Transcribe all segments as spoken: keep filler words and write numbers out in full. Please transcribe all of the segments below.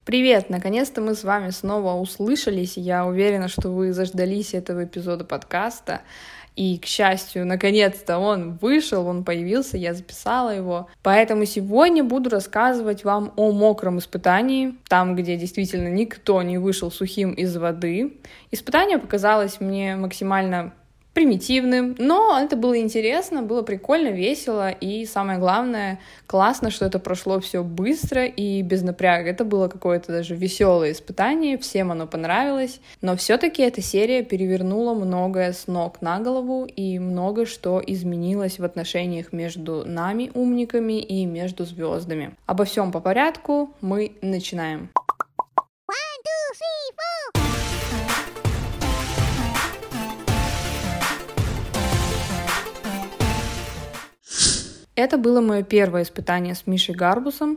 Привет! Наконец-то мы с вами снова услышались. Я уверена, что вы заждались этого эпизода подкаста. И, к счастью, наконец-то он вышел, он появился, я записала его. Поэтому сегодня буду рассказывать вам о мокром испытании, там, где действительно никто не вышел сухим из воды. Испытание показалось мне максимально примитивным, но это было интересно, было прикольно, весело, и самое главное, классно, что это прошло все быстро и без напряга. Это было какое-то даже веселое испытание, всем оно понравилось, но все-таки эта серия перевернула многое с ног на голову, и много что изменилось в отношениях между нами, умниками, и между звездами. Обо всем по порядку, мы начинаем. One, two, three, four. Это было мое первое испытание с Мишей Гарбусом,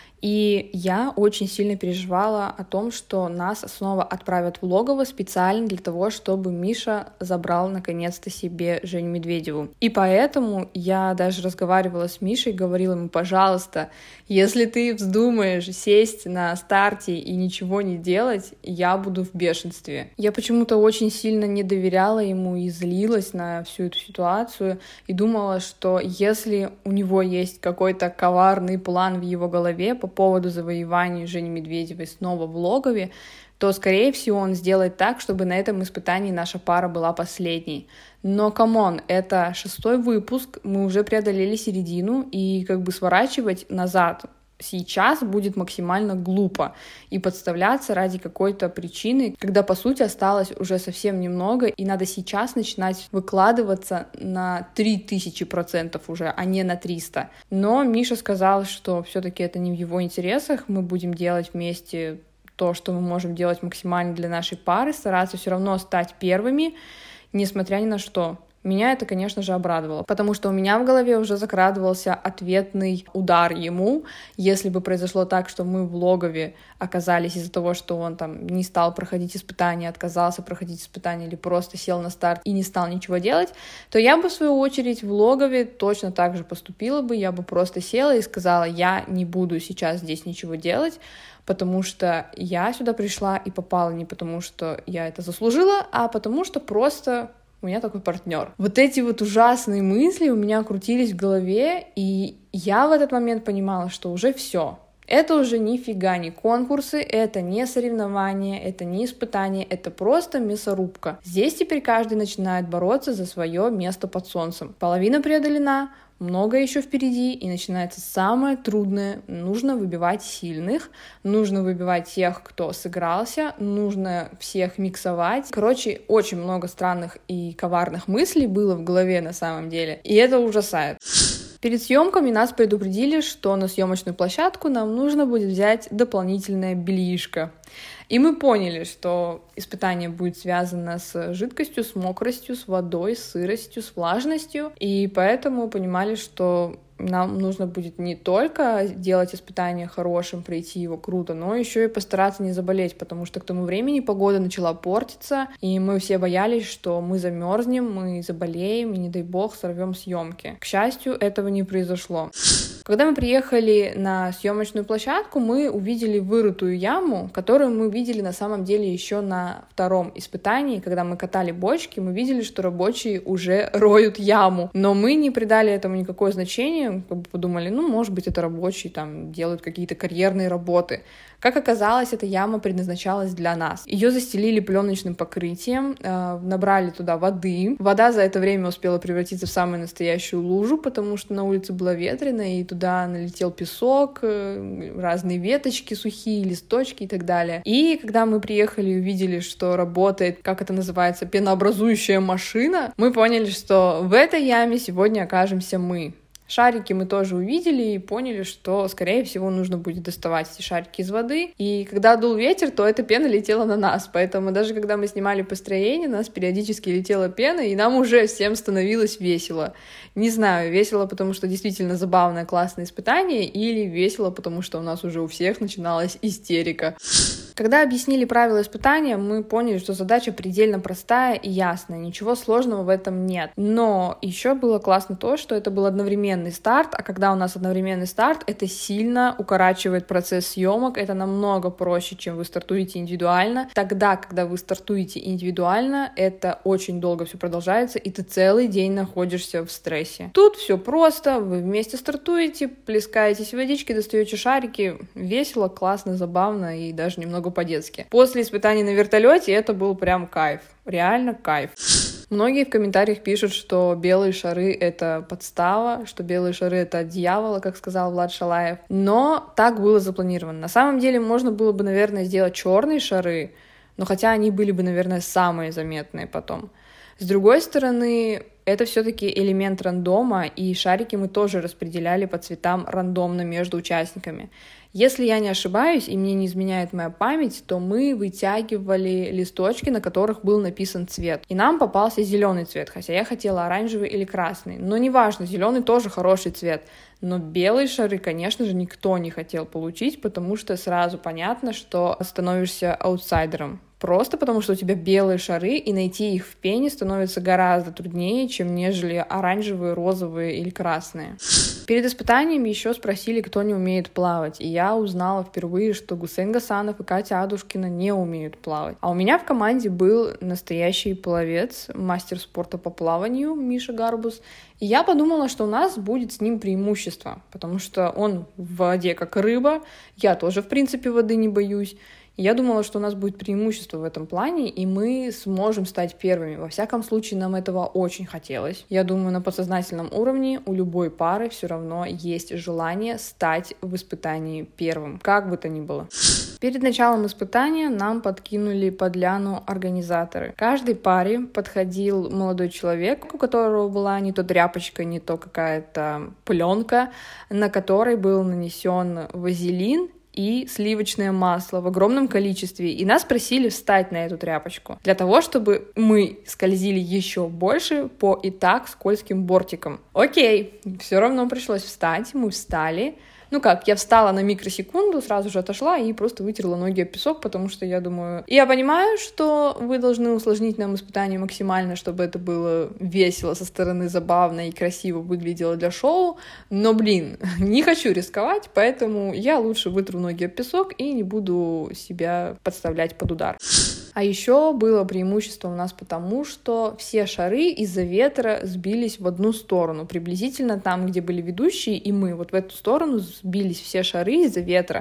и я очень сильно переживала о том, что нас снова отправят в логово специально для того, чтобы Миша забрал наконец-то себе Женю Медведеву. И поэтому я даже разговаривала с Мишей, говорила ему: пожалуйста, если ты вздумаешь сесть на старте и ничего не делать, я буду в бешенстве. Я почему-то очень сильно не доверяла ему и злилась на всю эту ситуацию, и думала, что если у него есть какой-то коварный план в его голове по поводу завоевания Жени Медведевой снова в логове, то, скорее всего, он сделает так, чтобы на этом испытании наша пара была последней. Но, камон, это шестой выпуск, мы уже преодолели середину, и как бы сворачивать назад сейчас будет максимально глупо и подставляться ради какой-то причины, когда, по сути, осталось уже совсем немного, и надо сейчас начинать выкладываться на три тысячи процентов уже, а не на триста. Но Миша сказал, что все-таки это не в его интересах, мы будем делать вместе то, что мы можем делать максимально для нашей пары, стараться все равно стать первыми, несмотря ни на что. Меня это, конечно же, обрадовало, потому что у меня в голове уже закрадывался ответный удар ему, если бы произошло так, что мы в логове оказались из-за того, что он там не стал проходить испытания, отказался проходить испытания или просто сел на старт и не стал ничего делать, то я бы, в свою очередь, в логове точно так же поступила бы, я бы просто села и сказала: я не буду сейчас здесь ничего делать, потому что я сюда пришла и попала не потому, что я это заслужила, а потому что просто у меня такой партнер. Вот эти вот ужасные мысли у меня крутились в голове, и я в этот момент понимала, что уже все. Это уже нифига не конкурсы, это не соревнования, это не испытания, это просто мясорубка. Здесь теперь каждый начинает бороться за свое место под солнцем. Половина преодолена, много еще впереди, и начинается самое трудное. Нужно выбивать сильных, нужно выбивать тех, кто сыгрался, нужно всех миксовать. Короче, очень много странных и коварных мыслей было в голове на самом деле, и это ужасает. Перед съемками нас предупредили, что на съемочную площадку нам нужно будет взять дополнительное бельишко. И мы поняли, что испытание будет связано с жидкостью, с мокростью, с водой, с сыростью, с влажностью. И поэтому понимали, что нам нужно будет не только делать испытание хорошим, пройти его круто, но еще и постараться не заболеть, потому что к тому времени погода начала портиться, и мы все боялись, что мы замерзнем, мы заболеем, и, не дай бог, сорвем съемки. К счастью, этого не произошло. Когда мы приехали на съемочную площадку, мы увидели вырытую яму, которую мы видели на самом деле еще на втором испытании. Когда мы катали бочки, мы видели, что рабочие уже роют яму. Но мы не придали этому никакое значение, как бы подумали, ну, может быть, это рабочие там делают какие-то карьерные работы. Как оказалось, эта яма предназначалась для нас. Ее застелили пленочным покрытием, э, набрали туда воды. Вода за это время успела превратиться в самую настоящую лужу, потому что на улице было ветрено, и туда налетел песок, э, разные веточки сухие, листочки и так далее. И когда мы приехали и увидели, что работает, как это называется, пенообразующая машина, мы поняли, что в этой яме сегодня окажемся мы. Шарики мы тоже увидели и поняли, что, скорее всего, нужно будет доставать эти шарики из воды. И когда дул ветер, то эта пена летела на нас. Поэтому даже когда мы снимали построение, у нас периодически летела пена, и нам уже всем становилось весело. Не знаю, весело, потому что действительно забавное, классное испытание, или весело, потому что у нас уже у всех начиналась истерика. Когда объяснили правила испытания, мы поняли, что задача предельно простая и ясная, ничего сложного в этом нет. Но еще было классно то, что это был одновременный старт, а когда у нас одновременный старт, это сильно укорачивает процесс съемок, это намного проще, чем вы стартуете индивидуально. Тогда, когда вы стартуете индивидуально, это очень долго все продолжается, и ты целый день находишься в стрессе. Тут все просто, вы вместе стартуете, плескаетесь в водичке, достаете шарики, весело, классно, забавно и даже немного по-детски. После испытаний на вертолете это был прям кайф, реально кайф. Многие в комментариях пишут, что белые шары — это подстава, что белые шары — это от дьявола, как сказал Влад Шалаев. Но так было запланировано. На самом деле можно было бы, наверное, сделать черные шары, но хотя они были бы, наверное, самые заметные потом. С другой стороны, это все-таки элемент рандома, и шарики мы тоже распределяли по цветам рандомно между участниками. Если я не ошибаюсь, и мне не изменяет моя память, то мы вытягивали листочки, на которых был написан цвет. И нам попался зеленый цвет, хотя я хотела оранжевый или красный. Но неважно, зеленый тоже хороший цвет. Но белые шары, конечно же, никто не хотел получить, потому что сразу понятно, что становишься аутсайдером. Просто потому, что у тебя белые шары, и найти их в пене становится гораздо труднее, чем нежели оранжевые, розовые или красные. Перед испытанием еще спросили, кто не умеет плавать, и я узнала впервые, что Гусейн Гасанов и Катя Адушкина не умеют плавать. А у меня в команде был настоящий пловец, мастер спорта по плаванию Миша Гарбус, и я подумала, что у нас будет с ним преимущество, потому что он в воде как рыба, я тоже, в принципе, воды не боюсь. Я думала, что у нас будет преимущество в этом плане, и мы сможем стать первыми. Во всяком случае, нам этого очень хотелось. Я думаю, на подсознательном уровне у любой пары все равно есть желание стать в испытании первым, как бы то ни было. Перед началом испытания нам подкинули подляну организаторы. Каждой паре подходил молодой человек, у которого была не то тряпочка, не то какая-то пленка, на которой был нанесен вазелин и сливочное масло в огромном количестве, и нас просили встать на эту тряпочку, для того, чтобы мы скользили еще больше по и так скользким бортикам. Окей, все равно пришлось встать, мы встали. Ну как, я встала на микросекунду, сразу же отошла и просто вытерла ноги об песок, потому что я думаю... Я понимаю, что вы должны усложнить нам испытание максимально, чтобы это было весело со стороны, забавно и красиво выглядело для шоу, но, блин, не хочу рисковать, поэтому я лучше вытру ноги об песок и не буду себя подставлять под удар. А еще было преимущество у нас потому, что все шары из-за ветра сбились в одну сторону, приблизительно там, где были ведущие, и мы вот в эту сторону сбились все шары из-за ветра.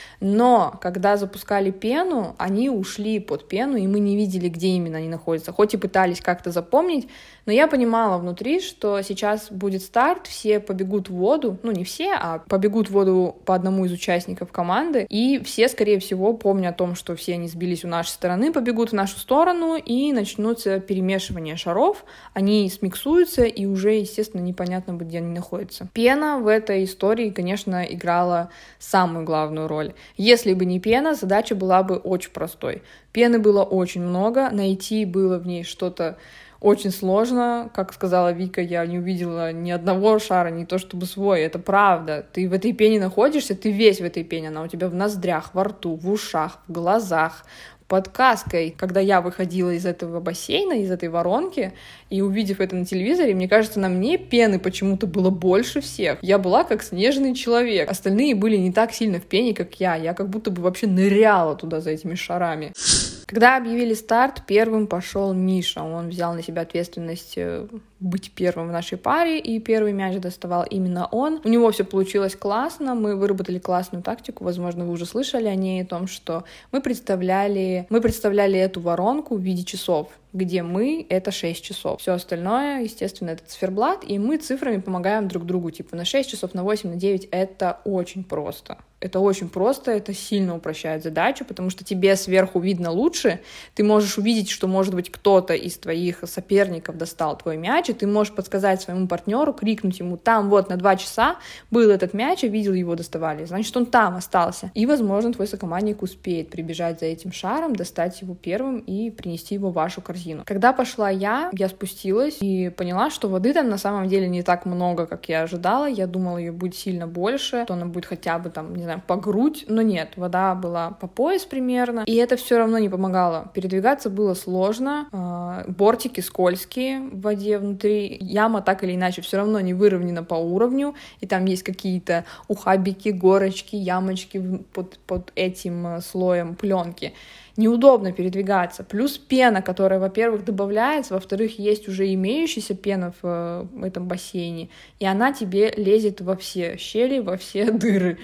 Но когда запускали пену, они ушли под пену, и мы не видели, где именно они находятся. Хоть и пытались как-то запомнить, но я понимала внутри, что сейчас будет старт, все побегут в воду, ну не все, а побегут в воду по одному из участников команды, и все, скорее всего, помня о том, что все они сбились у нашей стороны, побегут в нашу сторону, и начнутся перемешивание шаров, они смиксуются, и уже, естественно, непонятно будет, где они находятся. Пена в этой истории, конечно, играла самую главную роль. Если бы не пена, задача была бы очень простой. Пены было очень много, найти было в ней что-то очень сложно. Как сказала Вика, я не увидела ни одного шара, не то чтобы свой, это правда. Ты в этой пене находишься, ты весь в этой пене, она у тебя в ноздрях, во рту, в ушах, в глазах, под каской. Когда я выходила из этого бассейна, из этой воронки, и увидев это на телевизоре, мне кажется, на мне пены почему-то было больше всех. Я была как снежный человек. Остальные были не так сильно в пене, как я. Я как будто бы вообще ныряла туда за этими шарами. Когда объявили старт, первым пошел Миша. Он взял на себя ответственность быть первым в нашей паре, и первый мяч доставал именно он. У него все получилось классно, мы выработали классную тактику, возможно, вы уже слышали о ней, о том, что мы представляли, мы представляли эту воронку в виде часов, где мы — это шесть часов. Все остальное, естественно, это циферблат, и мы цифрами помогаем друг другу, типа на шесть часов, на восемь, на девять. Это очень просто. Это очень просто, это сильно упрощает задачу, потому что тебе сверху видно лучше, ты можешь увидеть, что, может быть, кто-то из твоих соперников достал твой мяч, и значит, ты можешь подсказать своему партнеру, крикнуть ему, там вот на два часа был этот мяч, я видел, его доставали, значит, он там остался. И, возможно, твой сокомандник успеет прибежать за этим шаром, достать его первым и принести его в вашу корзину. Когда пошла я, я спустилась и поняла, что воды там на самом деле не так много, как я ожидала. Я думала, ее будет сильно больше, что она будет хотя бы там, не знаю, по грудь, но нет, вода была по пояс примерно, и это все равно не помогало. Передвигаться было сложно, бортики скользкие в воде внутри, яма так или иначе все равно не выровнена по уровню, и там есть какие-то ухабики, горочки, ямочки под, под этим слоем пленки. Неудобно передвигаться. Плюс пена, которая, во-первых, добавляется, во-вторых, есть уже имеющаяся пена в этом бассейне, и она тебе лезет во все щели, во все дыры.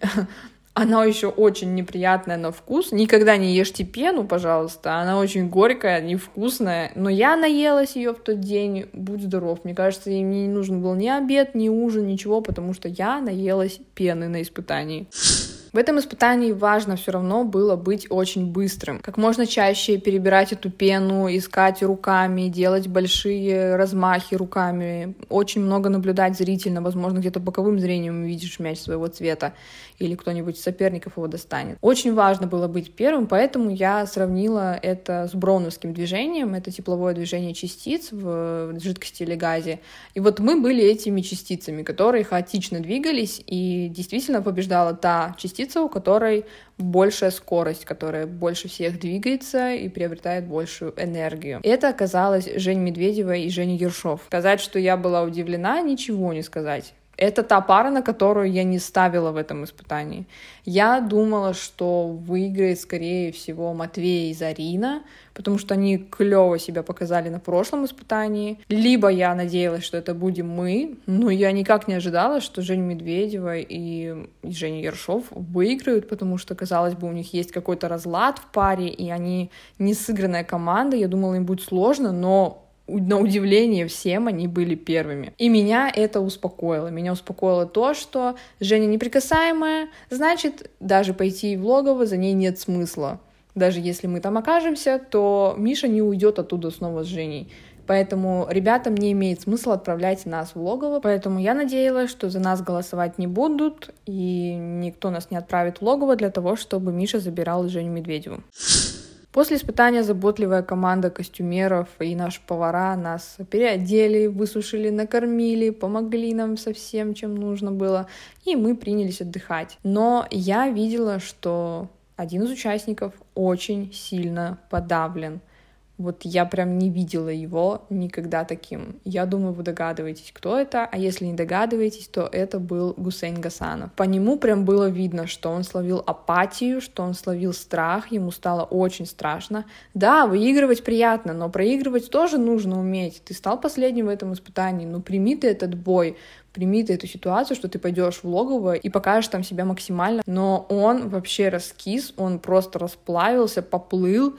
Она еще очень неприятная на вкус. Никогда не ешьте пену, пожалуйста. Она очень горькая, невкусная. Но я наелась ее в тот день. Будь здоров. Мне кажется, мне не нужен был ни обед, ни ужин, ничего, потому что я наелась пены на испытании. В этом испытании важно все равно было быть очень быстрым. Как можно чаще перебирать эту пену, искать руками, делать большие размахи руками, очень много наблюдать зрительно, возможно, где-то боковым зрением увидишь мяч своего цвета, или кто-нибудь из соперников его достанет. Очень важно было быть первым, поэтому я сравнила это с броуновским движением, это тепловое движение частиц в жидкости или газе. И вот мы были этими частицами, которые хаотично двигались, и действительно побеждала та частица, у которой большая скорость, которая больше всех двигается и приобретает большую энергию. Это оказалось Женя Медведева и Женя Ершов. Сказать, что я была удивлена, ничего не сказать. Это та пара, на которую я не ставила в этом испытании. Я думала, что выиграет, скорее всего, Матвей и Зарина, потому что они клево себя показали на прошлом испытании. Либо я надеялась, что это будем мы, но я никак не ожидала, что Женя Медведева и Женя Ершов выиграют, потому что, казалось бы, у них есть какой-то разлад в паре, и они не сыгранная команда. Я думала, им будет сложно, но на удивление всем они были первыми. И меня это успокоило. Меня успокоило то, что Женя неприкасаемая, значит, даже пойти в логово за ней нет смысла. Даже если мы там окажемся, то Миша не уйдет оттуда снова с Женей. Поэтому ребятам не имеет смысла отправлять нас в логово. Поэтому я надеялась, что за нас голосовать не будут, и никто нас не отправит в логово для того, чтобы Миша забирал Женю Медведеву. После испытания заботливая команда костюмеров и наши повара нас переодели, высушили, накормили, помогли нам со всем, чем нужно было, и мы принялись отдыхать. Но я видела, что один из участников очень сильно подавлен. Вот я прям не видела его никогда таким. Я думаю, вы догадываетесь, кто это, а если не догадываетесь, то это был Гусейн Гасанов. По нему прям было видно, что он словил апатию, что он словил страх, ему стало очень страшно. Да, выигрывать приятно, но проигрывать тоже нужно уметь. Ты стал последним в этом испытании, ну прими ты этот бой, прими ты эту ситуацию, что ты пойдешь в логово и покажешь там себя максимально. Но он вообще раскис, он просто расплавился, поплыл.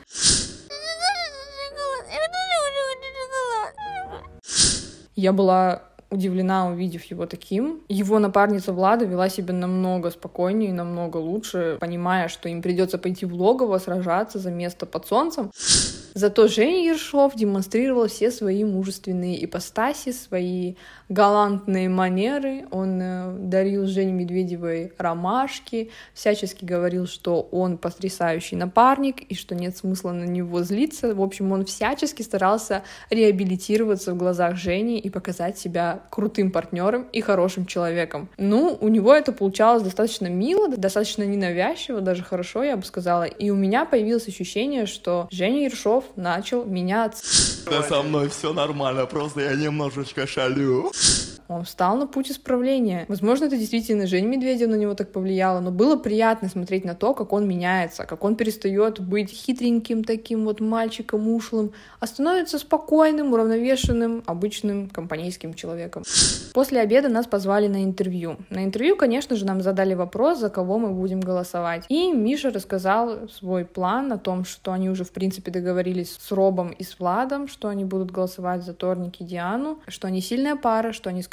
Я была удивлена, увидев его таким. Его напарница Влада вела себя намного спокойнее, намного лучше, понимая, что им придется пойти в логово, сражаться за место под солнцем. Зато Женя Ершов демонстрировал все свои мужественные ипостаси, свои галантные манеры. Он э, дарил Жене Медведевой ромашки, всячески говорил, что он потрясающий напарник и что нет смысла на него злиться. В общем, он всячески старался реабилитироваться в глазах Жени и показать себя крутым партнером и хорошим человеком. Ну, у него это получалось достаточно мило, достаточно ненавязчиво, даже хорошо, я бы сказала. И у меня появилось ощущение, что Женя Ершов начал меняться. Да со мной все нормально, просто я немножечко шалю. Он встал на путь исправления. Возможно, это действительно Женя Медведева на него так повлияла, но было приятно смотреть на то, как он меняется, как он перестает быть хитреньким таким вот мальчиком ушлым, а становится спокойным, уравновешенным, обычным компанейским человеком. После обеда нас позвали на интервью. На интервью, конечно же, нам задали вопрос, за кого мы будем голосовать. И Миша рассказал свой план о том, что они уже, в принципе, договорились с Робом и с Владом, что они будут голосовать за Торники и Диану, что они сильная пара, что они, скорее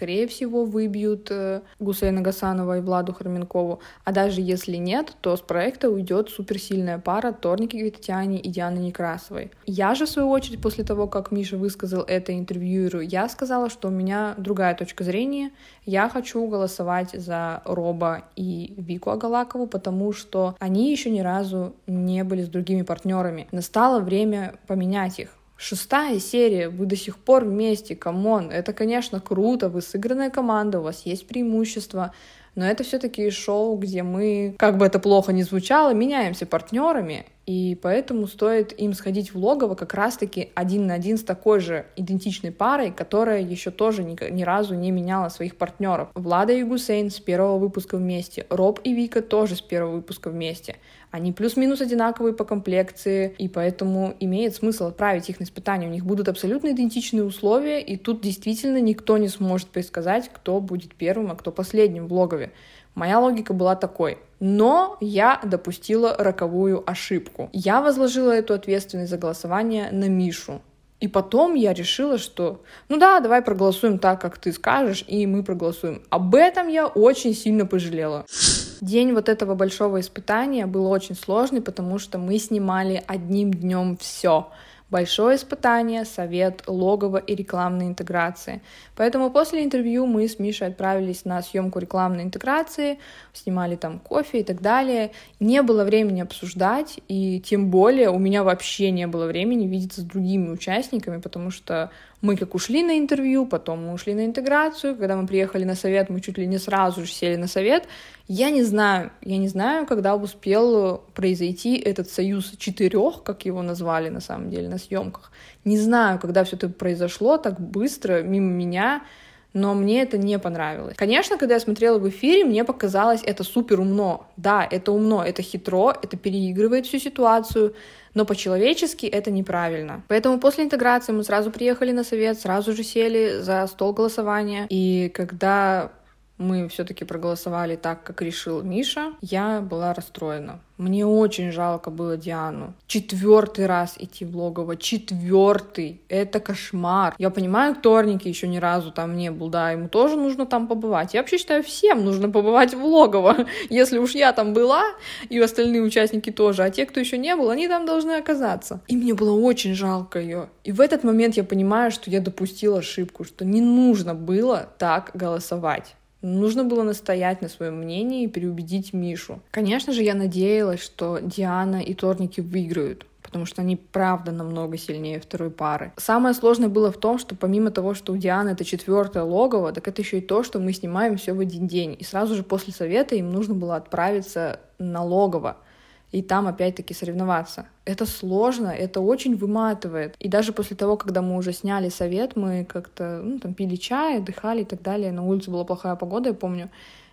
скорее всего, выбьют Гусейна Гасанова и Владу Хроменкову. А даже если нет, то с проекта уйдет суперсильная пара Торники Гвитатяни и Дианы Некрасовой. Я же, в свою очередь, после того, как Миша высказал это интервьюеру, я сказала, что у меня другая точка зрения. Я хочу голосовать за Роба и Вику Агалакову, потому что они еще ни разу не были с другими партнерами. Настало время поменять их. Шестая серия, вы до сих пор вместе, камон, это, конечно, круто, вы сыгранная команда, у вас есть преимущества, но это все-таки шоу, где мы, как бы это плохо ни звучало, меняемся партнерами, и поэтому стоит им сходить в логово как раз-таки один на один с такой же идентичной парой, которая еще тоже ни, ни разу не меняла своих партнеров. Влада и Гусейн с первого выпуска вместе, Роб и Вика тоже с первого выпуска вместе. Они плюс-минус одинаковые по комплекции, и поэтому имеет смысл отправить их на испытания. У них будут абсолютно идентичные условия, и тут действительно никто не сможет предсказать, кто будет первым, а кто последним в логове. Моя логика была такой. Но я допустила роковую ошибку. Я возложила эту ответственность за голосование на Мишу. И потом я решила, что ну да, давай проголосуем так, как ты скажешь, и мы проголосуем. Об этом я очень сильно пожалела. День вот этого большого испытания был очень сложный, потому что мы снимали одним днем все. Большое испытание, совет, логово и рекламной интеграции. Поэтому после интервью мы с Мишей отправились на съемку рекламной интеграции, снимали там кофе и так далее. Не было времени обсуждать, и тем более у меня вообще не было времени видеться с другими участниками, потому что мы как ушли на интервью, потом мы ушли на интеграцию. Когда мы приехали на совет, мы чуть ли не сразу же сели на совет. Я не знаю, я не знаю, когда успел произойти этот союз четырех, как его назвали на самом деле на съемках. Не знаю, когда все это произошло так быстро, мимо меня, но мне это не понравилось. Конечно, когда я смотрела в эфире, мне показалось это супер умно. Да, это умно, это хитро, это переигрывает всю ситуацию, но по-человечески это неправильно. Поэтому после интеграции мы сразу приехали на совет, сразу же сели за стол голосования, и когда мы все-таки проголосовали так, как решил Миша, я была расстроена. Мне очень жалко было Диану. Четвертый раз идти в логово. Четвертый. Это кошмар. Я понимаю, Торники еще ни разу там не был, да, ему тоже нужно там побывать. Я вообще считаю, всем нужно побывать в логово. Если уж я там была, и остальные участники тоже, а те, кто еще не был, они там должны оказаться. И мне было очень жалко ее. И в этот момент я понимаю, что я допустила ошибку, что не нужно было так голосовать. Нужно было настоять на своем мнении и переубедить Мишу. Конечно же, я надеялась, что Диана и Торники выиграют, потому что они, правда, намного сильнее второй пары. Самое сложное было в том, что помимо того, что у Дианы это четвертое логово, так это еще и то, что мы снимаем все в один день. И сразу же после совета им нужно было отправиться на логово и там опять-таки соревноваться. Это сложно, это очень выматывает. И даже после того, когда мы уже сняли совет, мы как-то ну, там пили чай, отдыхали и так далее. На улице была плохая погода, я помню.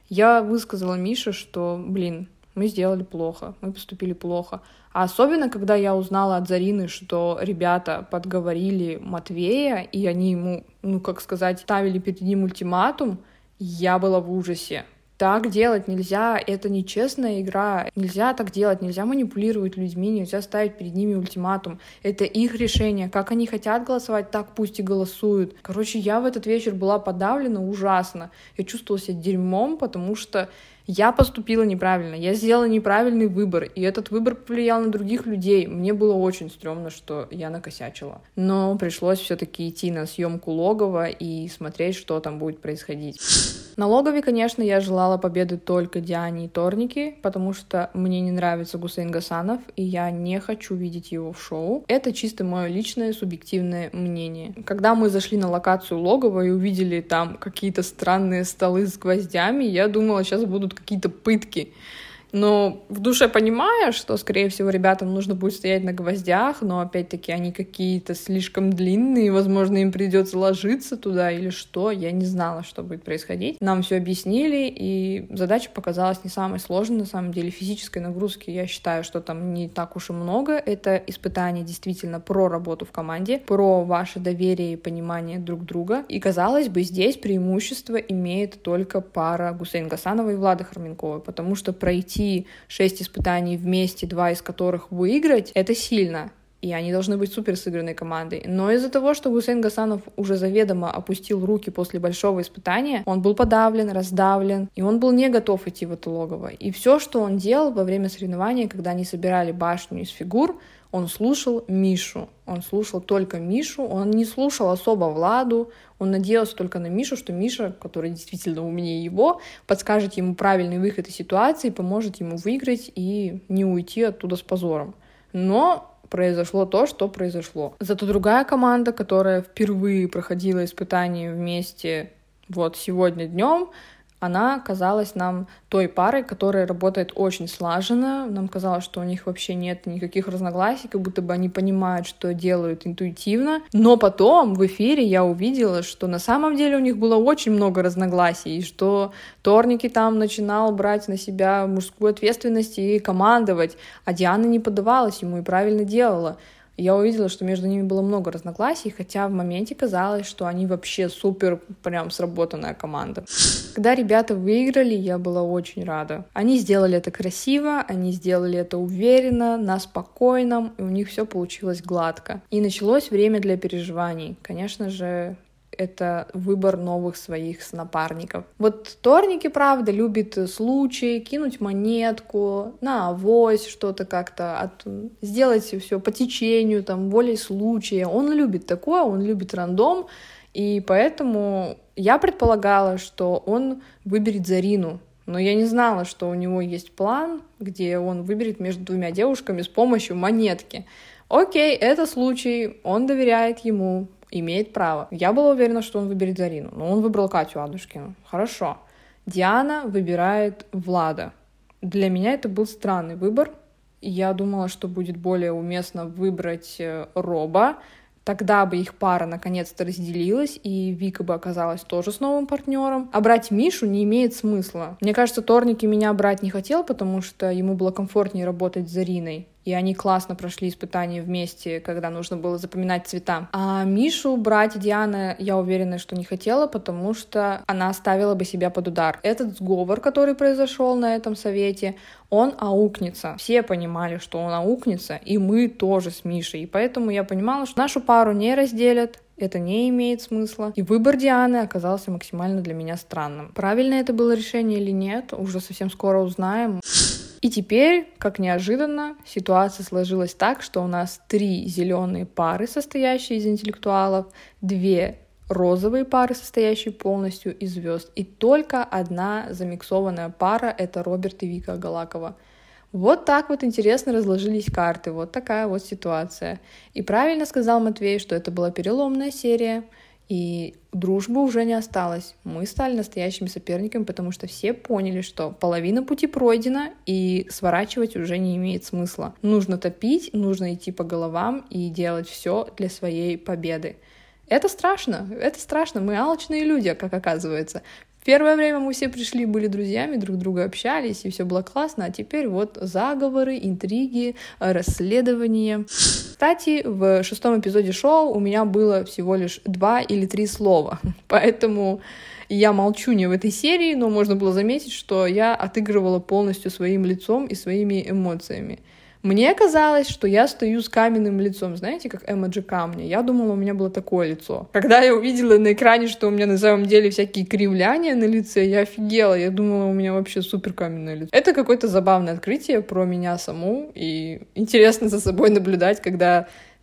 Я высказала Мише, что, блин, мы сделали плохо, мы поступили плохо. А особенно, когда я узнала от Зарины, что ребята подговорили Матвея, и они ему, ну, как сказать, ставили перед ним ультиматум, я была в ужасе. Так делать нельзя, это нечестная игра, нельзя так делать, нельзя манипулировать людьми, нельзя ставить перед ними ультиматум. Это их решение, как они хотят голосовать, так пусть и голосуют. Короче, я в этот вечер была подавлена ужасно. Я чувствовала себя дерьмом, потому что я поступила неправильно, я сделала неправильный выбор, и этот выбор повлиял на других людей. Мне было очень стрёмно, что я накосячила. Но пришлось все-таки идти на съемку логова и смотреть, что там будет происходить. На логове, конечно, я желала победы только Диане и Торнике, потому что мне не нравится Гусейн Гасанов, и я не хочу видеть его в шоу. Это чисто мое личное субъективное мнение. Когда мы зашли на локацию логова и увидели там какие-то странные столы с гвоздями, я думала, сейчас будут какие-то пытки. Но в душе понимая, что, скорее всего, ребятам нужно будет стоять на гвоздях, но, опять-таки, они какие-то слишком длинные, возможно, им придется ложиться туда или что, я не знала, что будет происходить. Нам все объяснили, и задача показалась не самой сложной, на самом деле, физической нагрузки, я считаю, что там не так уж и много. Это испытание действительно про работу в команде, про ваше доверие и понимание друг друга. И, казалось бы, здесь преимущество имеет только пара Гусейн Гасанова и Влады Хроменковой, потому что пройти шесть испытаний вместе, два из которых выиграть, это сильно. и они должны быть супер сыгранной командой. Но из-за того, что Гусейн Гасанов уже заведомо опустил руки после большого испытания, он был подавлен, раздавлен, и он был не готов идти в это логово. И все, что он делал во время соревнований, когда они собирали башню из фигур, он слушал Мишу. Он слушал только Мишу, он не слушал особо Владу, он надеялся только на Мишу, что Миша, который действительно умнее его, подскажет ему правильный выход из ситуации, поможет ему выиграть и не уйти оттуда с позором. Но произошло то, что произошло. Зато другая команда, которая впервые проходила испытания вместе вот сегодня днем, она казалась нам той парой, которая работает очень слаженно. Нам казалось, что у них вообще нет никаких разногласий, как будто бы они понимают, что делают интуитивно. Но потом в эфире я увидела, что на самом деле у них было очень много разногласий, и что Торники там начинал брать на себя мужскую ответственность и командовать, а Диана не поддавалась ему и правильно делала. Я увидела, что между ними было много разногласий, хотя в моменте казалось, что они вообще супер прям сработанная команда. Когда ребята выиграли, я была очень рада. Они сделали это красиво, они сделали это уверенно, на спокойном, и у них все получилось гладко. И началось время для переживаний. Конечно же, это выбор новых своих напарников. Вот Торники, правда, любит случай, кинуть монетку, на авось что-то как-то, от... сделать все по течению, там, волей случая. Он любит такое, он любит рандом, и поэтому я предполагала, что он выберет Зарину. Но я не знала, что у него есть план, где он выберет между двумя девушками с помощью монетки. Окей, это случай, он доверяет ему, имеет право. Я была уверена, что он выберет Зарину, но он выбрал Катю Адушкину. Хорошо. Диана выбирает Влада. Для меня это был странный выбор. Я думала, что будет более уместно выбрать Роба. Тогда бы их пара наконец-то разделилась, и Вика бы оказалась тоже с новым партнером. А брать Мишу не имеет смысла. Мне кажется, Торники меня брать не хотел, потому что ему было комфортнее работать с Зариной. И они классно прошли испытания вместе, когда нужно было запоминать цвета. А Мишу брать Диана, я уверена, что не хотела, потому что она ставила бы себя под удар. Этот сговор, который произошел на этом совете, он аукнется. Все понимали, что он аукнется, и мы тоже с Мишей. И поэтому я понимала, что нашу пару не разделят, это не имеет смысла. И выбор Дианы оказался максимально для меня странным. Правильно это было решение или нет, уже совсем скоро узнаем. И теперь, как неожиданно, ситуация сложилась так, что у нас три зеленые пары, состоящие из интеллектуалов, две розовые пары, состоящие полностью из звезд, и только одна замиксованная пара — это Роберт и Вика Галакова. Вот так вот интересно разложились карты, вот такая вот ситуация. И правильно сказал Матвей, что это была переломная серия, и дружбы уже не осталось. Мы стали настоящими соперниками, потому что все поняли, что половина пути пройдена, и сворачивать уже не имеет смысла. Нужно топить, нужно идти по головам и делать все для своей победы. Это страшно, это страшно. Мы алчные люди, как оказывается. В первое время мы все пришли, были друзьями, друг друга общались, и все было классно, а теперь вот заговоры, интриги, расследования. Кстати, в шестом эпизоде шоу у меня было всего лишь два или три слова, поэтому я молчу не в этой серии, но можно было заметить, что я отыгрывала полностью своим лицом и своими эмоциями. Мне казалось, что я стою с каменным лицом, знаете, как эмоджи камня. Я думала, у меня было такое лицо. Когда я увидела на экране, что у меня на самом деле всякие кривляния на лице, я офигела. Я думала, у меня вообще супер каменное лицо. Это какое-то забавное открытие про меня саму, и интересно за собой наблюдать, когда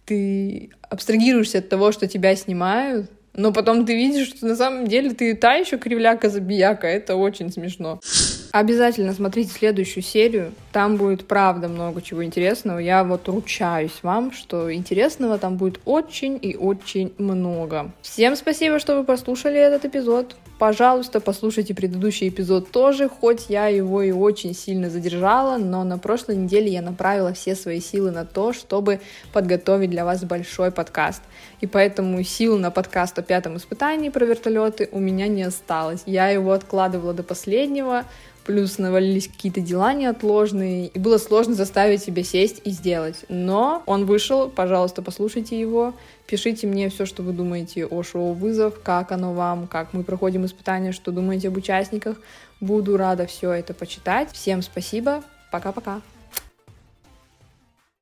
ты абстрагируешься от того, что тебя снимают, но потом ты видишь, что на самом деле ты та еще кривляка-забияка. Это очень смешно. Обязательно смотрите следующую серию. Там будет, правда, много чего интересного. Я вот ручаюсь вам, что интересного там будет очень и очень много. Всем спасибо, что вы послушали этот эпизод. Пожалуйста, послушайте предыдущий эпизод тоже, хоть я его и очень сильно задержала, но на прошлой неделе я направила все свои силы на то, чтобы подготовить для вас большой подкаст. И поэтому сил на подкаст о пятом испытании про вертолеты у меня не осталось. Я его откладывала до последнего, плюс навалились какие-то дела неотложные, и было сложно заставить себя сесть и сделать. Но он вышел, пожалуйста, послушайте его, пишите мне все, что вы думаете о шоу «Вызов», как оно вам, как мы проходим испытания, что думаете об участниках. Буду рада все это почитать. Всем спасибо, пока-пока.